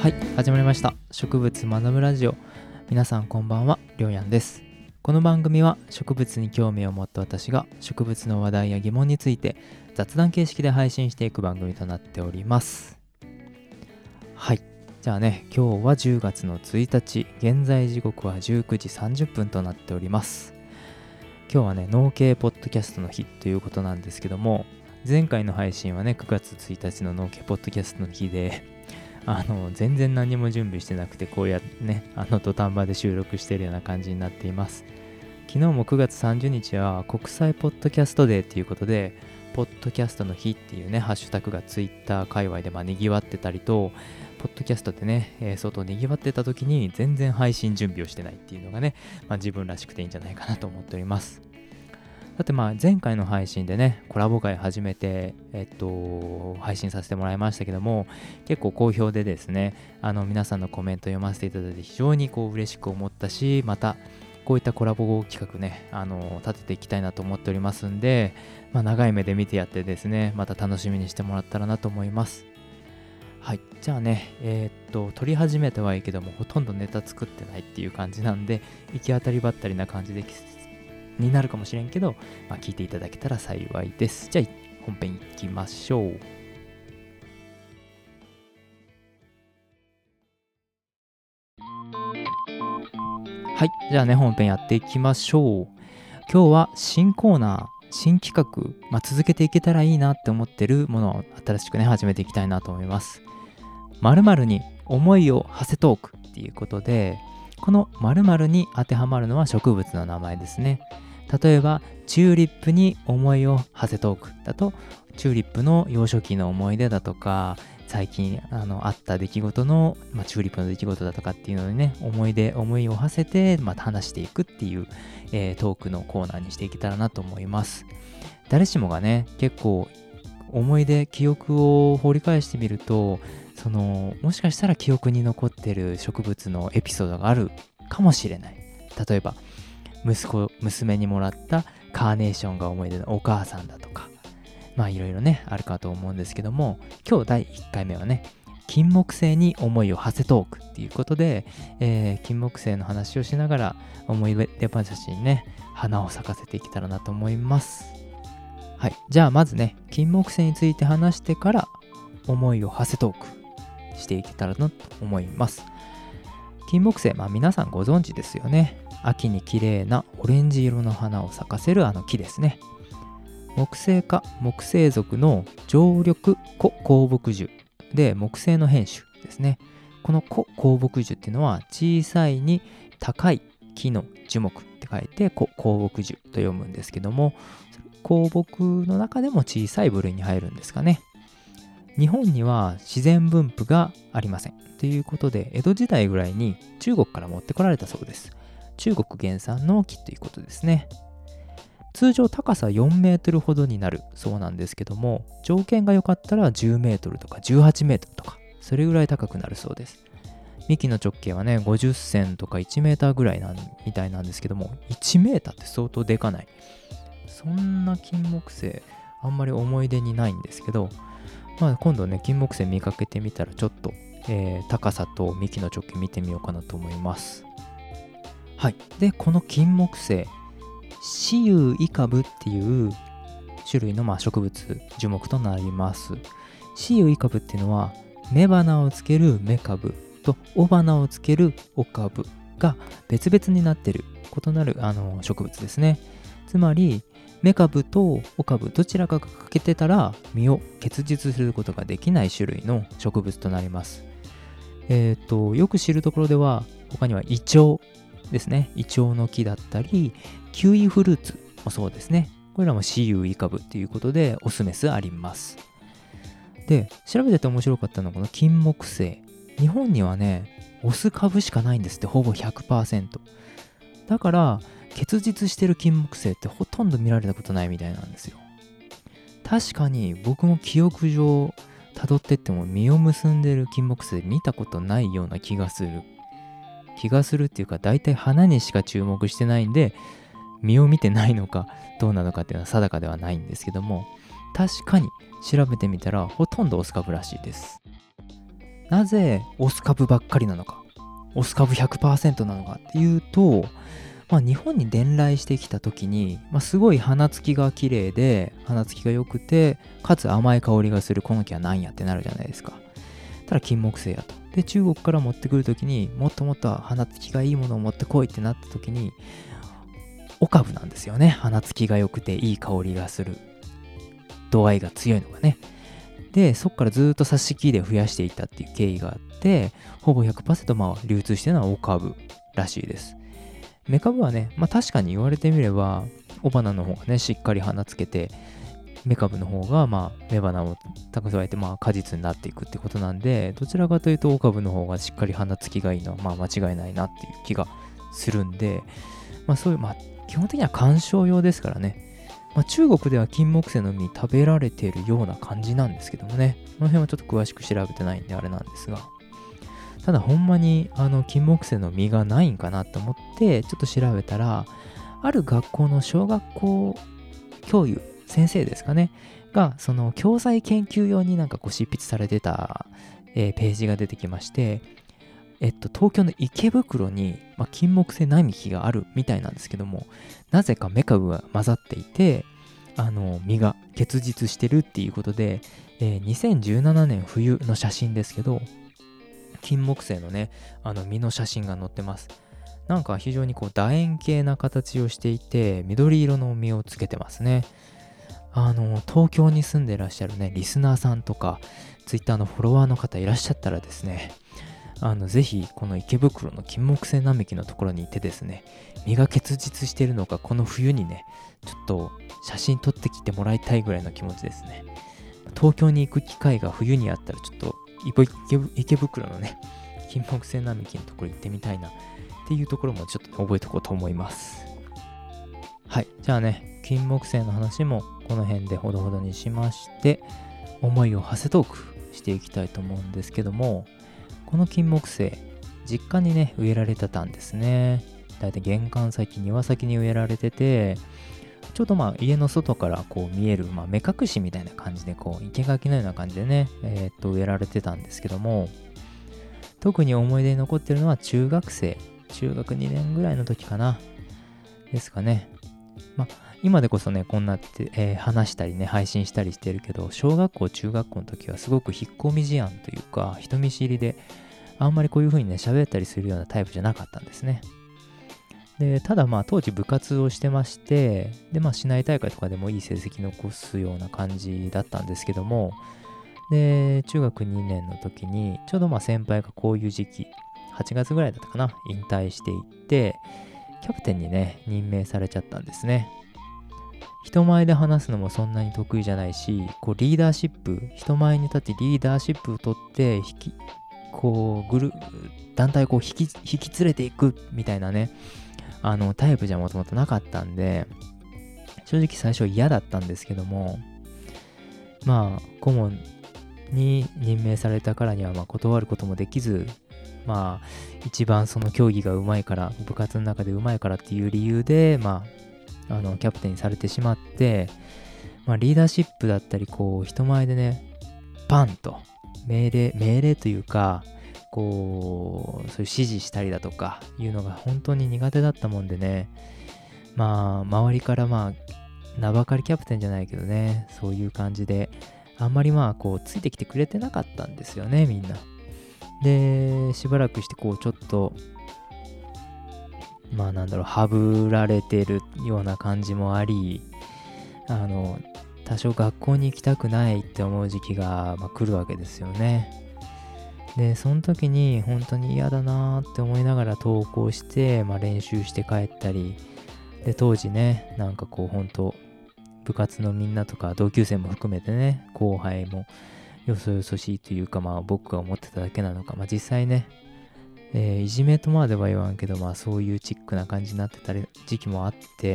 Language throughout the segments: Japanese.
はい、始まりました。植物学ぶラジオ。皆さんこんばんは、りょうやんです。この番組は植物に興味を持った私が植物の話題や疑問について雑談形式で配信していく番組となっております。はい、じゃあね、今日は10月の1日、現在時刻は19時30分となっております。今日はね、農系ポッドキャストの日ということなんですけども、前回の配信はね、9月1日の農系ポッドキャストの日で全然何も準備してなくて、こうやってね土壇場で収録しているような感じになっています。昨日も9月30日は国際ポッドキャストデーということで、ポッドキャストの日っていうねハッシュタグがツイッター界隈でにぎわってたりと、ポッドキャストってね、相当にぎわってた時に全然配信準備をしてないっていうのがね、自分らしくていいんじゃないかなと思っております。だって前回の配信でね、コラボ会始めて、配信させてもらいましたけども、結構好評でですね、皆さんのコメント読ませていただいて非常に嬉しく思ったし、またこういったコラボ企画ね、立てていきたいなと思っておりますんで、長い目で見てやってですね、また楽しみにしてもらったらなと思います。はい、じゃあね、撮り始めてはいいけども、ほとんどネタ作ってないっていう感じなんで、行き当たりばったりな感じでになるかもしれんけど、聞いていただけたら幸いです。じゃあ本編いきましょう。はい、じゃあね、本編やっていきましょう。今日は新コーナー、新企画、続けていけたらいいなって思ってるものを新しくね始めていきたいなと思います。〇〇に思いを馳せトークっていうことで、この〇〇に当てはまるのは植物の名前ですね。例えばチューリップに思いを馳せトークだと、チューリップの幼少期の思い出だとか、最近あった出来事の、チューリップの出来事だとかっていうのにね、思いを馳せて、話していくっていう、トークのコーナーにしていけたらなと思います。誰しもがね、結構思い出、記憶を掘り返してみると、もしかしたら記憶に残ってる植物のエピソードがあるかもしれない。例えば娘にもらったカーネーションが思い出のお母さんだとか、いろいろねあるかと思うんですけども、今日第1回目はね、金木犀に思いを馳せトークっていうことで、金木犀の話をしながら思い出話にね花を咲かせていけたらなと思います。はい、じゃあまずね、金木犀について話してから思いを馳せトークしていけたらなと思います。金木犀、皆さんご存知ですよね。秋に綺麗なオレンジ色の花を咲かせる木ですね。木星科木星属の常緑古香木樹で、木星の変種ですね。この古香木樹っていうのは小さいに高い木の樹木って書いて古香木樹と読むんですけども、香木の中でも小さい部類に入るんですかね。日本には自然分布がありませんということで、江戸時代ぐらいに中国から持ってこられたそうです。中国原産の木ということですね。通常高さ4メートルほどになるそうなんですけども、条件が良かったら10メートルとか18メートルとか、それぐらい高くなるそうです。幹の直径はね50センとか1メーターぐらいみたいなんですけども、1メーターって相当でかない。そんな金木犀あんまり思い出にないんですけど、今度ね金木犀見かけてみたらちょっと、高さと幹の直径見てみようかなと思います。はい、でこの金木犀、雌雄異株っていう種類の植物樹木となります。雌雄異株っていうのは、雌花をつける雌株と雄花をつける雄株が別々になっている異なる植物ですね。つまり雌株と雄株どちらかが欠けてたら実を結実することができない種類の植物となります。よく知るところでは他にはイチョウですね。イチョウの木だったりキウイフルーツもそうですね。これらも雌雄異株ということでオスメスあります。で、調べてて面白かったのはこの金木犀、日本にはねオス株しかないんですって。ほぼ 100%。 だから結実してる金木犀ってほとんど見られたことないみたいなんですよ。確かに僕も記憶上辿ってっても実を結んでる金木犀見たことないような気がするっていうか、だいたい花にしか注目してないんで、実を見てないのかどうなのかっていうのは定かではないんですけども、確かに調べてみたらほとんどオス株らしいです。 なぜオス株ばっかりなのか、オス株 100% なのかっていうと、日本に伝来してきた時に、すごい花つきが綺麗で、花つきが良くて、かつ甘い香りがするこの木は何やってなるじゃないですか。ただ金木犀やと。で、中国から持ってくる時にもっともっと花つきがいいものを持ってこいってなった時に、オカブなんですよね。花つきが良くていい香りがする。度合いが強いのがね。で、そこからずっと挿し木で増やしていったっていう経緯があって、ほぼ 100% 流通してるのはオカブらしいです。メカブはね、確かに言われてみれば、雄花の方がね、しっかり花つけて、メカブの方が雌花を蓄えて果実になっていくってことなんで、どちらかというとオカブの方がしっかり花つきがいいのは間違いないなっていう気がするんで、そういう基本的には観賞用ですからね。中国では金木犀の実食べられているような感じなんですけどもね、この辺はちょっと詳しく調べてないんであれなんですが、ただほんまに金木犀の実がないんかなと思ってちょっと調べたら、ある学校の小学校教諭先生ですかねが、その教材研究用に執筆されてた、ページが出てきまして、東京の池袋に、金木犀並木があるみたいなんですけども、なぜかメカブが混ざっていて、実が結実してるっていうことで、2017年冬の写真ですけど、金木犀のね、実の写真が載ってます。非常に楕円形な形をしていて、緑色の実をつけてますね。東京に住んでいらっしゃるね、リスナーさんとか、ツイッターのフォロワーの方いらっしゃったらですね、ぜひこの池袋の金木犀並木のところに行ってですね、実が結実しているのか、この冬にね、ちょっと写真撮ってきてもらいたいぐらいの気持ちですね。東京に行く機会が冬にあったら、ちょっと池袋のね、金木犀並木のところ行ってみたいなっていうところもちょっと覚えておこうと思います。はい、じゃあね、金木犀の話もこの辺でほどほどにしまして、思いを馳せトークしていきたいと思うんですけども、この金木犀、実家にね、植えられてたんですね。だいたい玄関先、庭先に植えられてて、ちょうど家の外から見える、目隠しみたいな感じで、生垣のような感じでね、植えられてたんですけども、特に思い出に残ってるのは中学2年ぐらいの時かな。ですかね。今でこそね、こんなって、話したりね、配信したりしてるけど、小学校、中学校の時はすごく引っ込み思案というか、人見知りで、あんまりこういう風にね、喋ったりするようなタイプじゃなかったんですね。で、ただ当時部活をしてまして、で、市内大会とかでもいい成績残すような感じだったんですけども、で、中学2年の時に、ちょうど先輩がこういう時期、8月ぐらいだったかな、引退していって、キャプテンにね、任命されちゃったんですね。人前で話すのもそんなに得意じゃないし、リーダーシップ、人前に立ってリーダーシップを取って、団体を引き連れていくみたいなね、タイプじゃもともとなかったんで、正直最初嫌だったんですけども、顧問に任命されたからには断ることもできず、一番その競技がうまいから、部活の中でうまいからっていう理由で、キャプテンにされてしまって、リーダーシップだったり、人前でね、パンと命令というか、そういう指示したりだとかいうのが本当に苦手だったもんでね、周りから名ばかりキャプテンじゃないけどね、そういう感じで、あんまりついてきてくれてなかったんですよね、みんな。で、しばらくしてちょっと、はぶられてるような感じもあり、多少学校に行きたくないって思う時期が、来るわけですよね。で、その時に本当に嫌だなーって思いながら登校して、練習して帰ったり、で、当時ね、本当部活のみんなとか同級生も含めてね、後輩もよそよそしいというか、僕が思ってただけなのか、実際ね、いじめとまでは言わんけど、そういうチックな感じになってた時期もあって、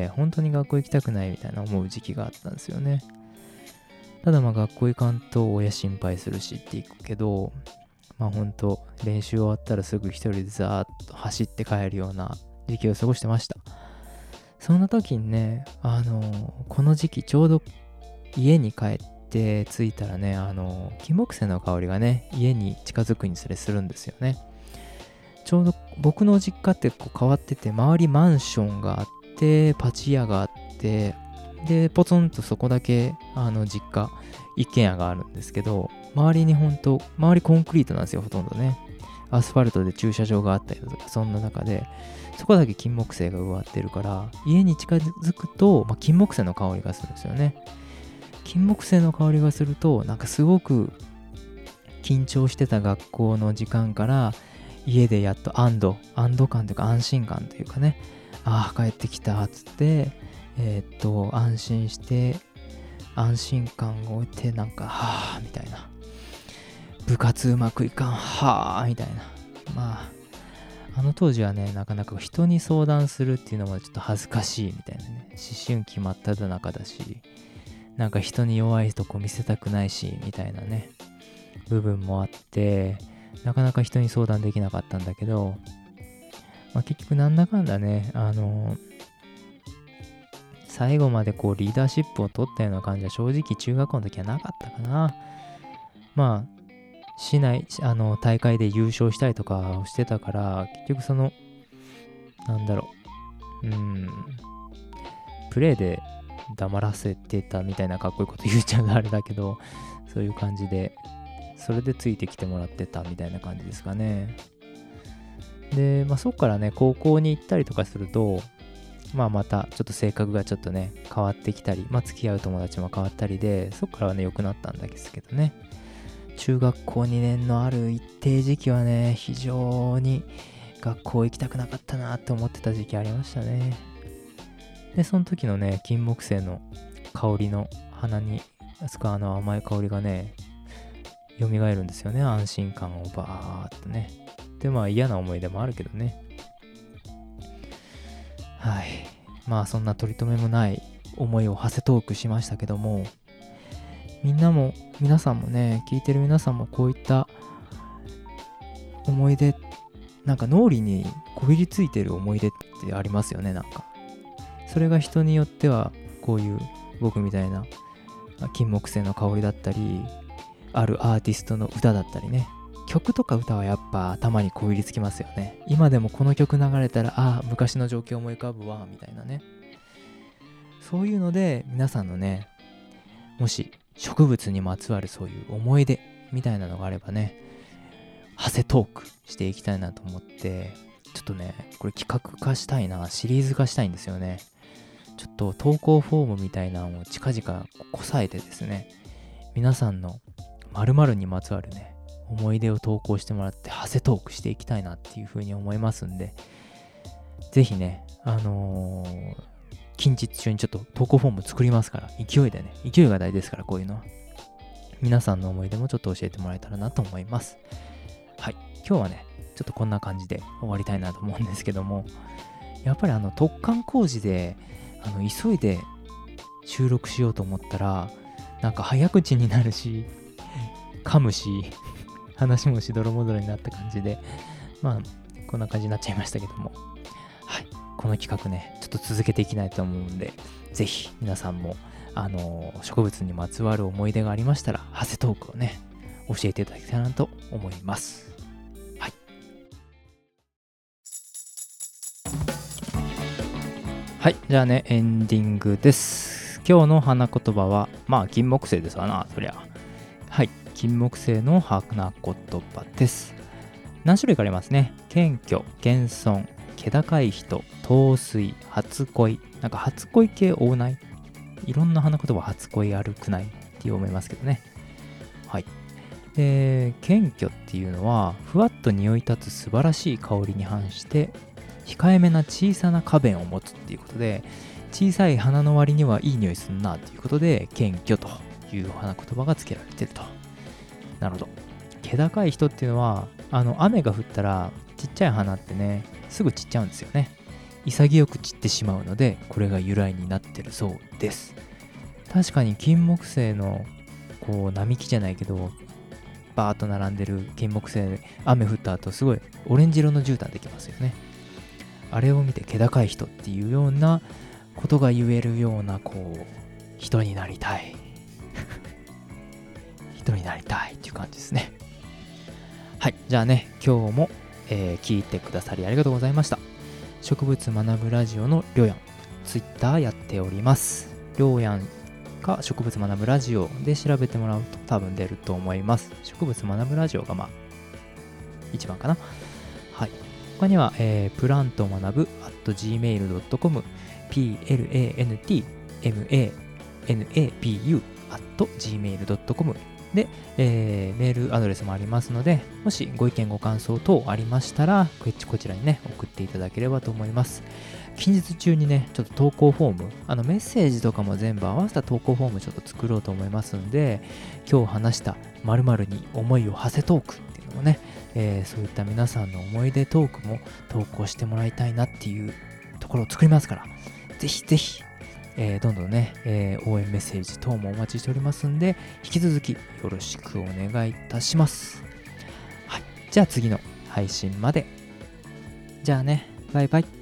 本当に学校行きたくないみたいな思う時期があったんですよね。ただ学校行かんと親心配するしって行くけど、本当練習終わったらすぐ一人でザーッと走って帰るような時期を過ごしてました。そんな時にね、この時期ちょうど家に帰っって着いたらね、金木犀の香りがね、家に近づくにつれするんですよね。ちょうど僕の実家ってこう変わってて、周りマンションがあって、パチ屋があって、で、ポツンとそこだけ、実家、一軒家があるんですけど、周りコンクリートなんですよ、ほとんどね。アスファルトで駐車場があったりとか、そんな中で、そこだけ金木犀が植わってるから、家に近づくと、金木犀の香りがするんですよね。金木犀の香りがすると、なんかすごく緊張してた学校の時間から、家でやっと安堵感というか安心感というかね、ああ、帰ってきたっつって、安心して、安心感を置いて、なんか、はぁ、みたいな。部活うまくいかん、はぁ、みたいな。あの当時はね、なかなか人に相談するっていうのもちょっと恥ずかしいみたいなね。思春期真っ只中だし、なんか人に弱いとこ見せたくないし、みたいなね、部分もあって、なかなか人に相談できなかったんだけど、結局なんだかんだね、最後までこうリーダーシップを取ったような感じは正直中学校の時はなかったかな。市内、大会で優勝したりとかをしてたから、結局プレーで黙らせてたみたいなかっこいいこと言っちゃうとあれだけど、そういう感じで、それでついてきてもらってたみたいな感じですかね。で、そっからね、高校に行ったりとかすると、またちょっと性格がちょっとね、変わってきたり、付き合う友達も変わったりで、そっからはね、良くなったんですけどね。中学校2年のある一定時期はね、非常に学校行きたくなかったなって思ってた時期ありましたね。で、その時のね、金木犀の香りの鼻につく甘い香りがね、蘇るんですよね。安心感をバーっとね。で、嫌な思い出もあるけどね。はい。そんな取り留めもない思いを馳せトークしましたけども、皆さんもね、聞いてる皆さんもこういった思い出、なんか脳裏にこびりついてる思い出ってありますよね、なんか。それが人によっては、こういう僕みたいな金木犀の香りだったり、あるアーティストの歌だったりね。曲とか歌はやっぱ頭にこびりつきますよね。今でもこの曲流れたら、昔の状況思い浮かぶわ、みたいなね。そういうので、皆さんのね、もし植物にまつわるそういう思い出みたいなのがあればね、馳せトークしていきたいなと思って、ちょっとね、これ企画化したいな、シリーズ化したいんですよね。ちょっと投稿フォームみたいなのを近々こさえてですね、皆さんの〇〇にまつわるね、思い出を投稿してもらって馳せトークしていきたいなっていうふうに思いますんで、ぜひね、近日中にちょっと投稿フォーム作りますから、勢いが大事ですから、こういうのは。皆さんの思い出もちょっと教えてもらえたらなと思います。はい。今日はね、ちょっとこんな感じで終わりたいなと思うんですけども、やっぱり突貫工事で、急いで収録しようと思ったら、なんか早口になるし、噛むし、話もしどろもどろになった感じで、こんな感じになっちゃいましたけども、はい。この企画ね、ちょっと続けていきたいと思うんで、ぜひ皆さんも、植物にまつわる思い出がありましたら、馳せトークをね、教えていただきたいなと思います。はい。はい。じゃあね、エンディングです。今日の花言葉は、金木犀ですわな、そりゃ。はい。金木犀の花言葉です。何種類かありますね。謙虚、謙遜、気高い人、陶酔、初恋。なんか初恋系多ない？いろんな花言葉初恋あるくないって思いますけどね。はい。で、謙虚っていうのは、ふわっと匂い立つ素晴らしい香りに反して、控えめな小さな花弁を持つっていうことで、小さい花の割にはいい匂いすんなということで、謙虚という花言葉が付けられてると。なるほど。気高い人っていうのは、雨が降ったら、ちっちゃい花ってね、すぐ散っちゃうんですよね。潔く散ってしまうので、これが由来になってるそうです。確かに金木犀のこう並木じゃないけど、バーっと並んでる金木犀、雨降った後すごいオレンジ色の絨毯できますよね。あれを見て気高い人っていうようなことが言えるようなこう人になりたいトルになりたいっていう感じですね。はい、じゃあね、今日も、聞いてくださりありがとうございました。植物学ぶラジオのりょうやん、ツイッターやっております。りょうやんか植物学ぶラジオで調べてもらうと多分出ると思います。植物学ぶラジオが一番かな。はい。他には、プラント学ぶ @gmail.com plantmanabu @gmail.com で、メールアドレスもありますので、もしご意見ご感想等ありましたら、こちらにね、送っていただければと思います。近日中にね、ちょっと投稿フォーム、メッセージとかも全部合わせた投稿フォームちょっと作ろうと思いますんで、今日話した〇〇に思いを馳せトークっていうのもね、そういった皆さんの思い出トークも投稿してもらいたいなっていうところを作りますから、ぜひぜひ、どんどんね、応援メッセージ等もお待ちしておりますんで、引き続きよろしくお願いいたします。はい。じゃあ次の配信まで。じゃあね、バイバイ。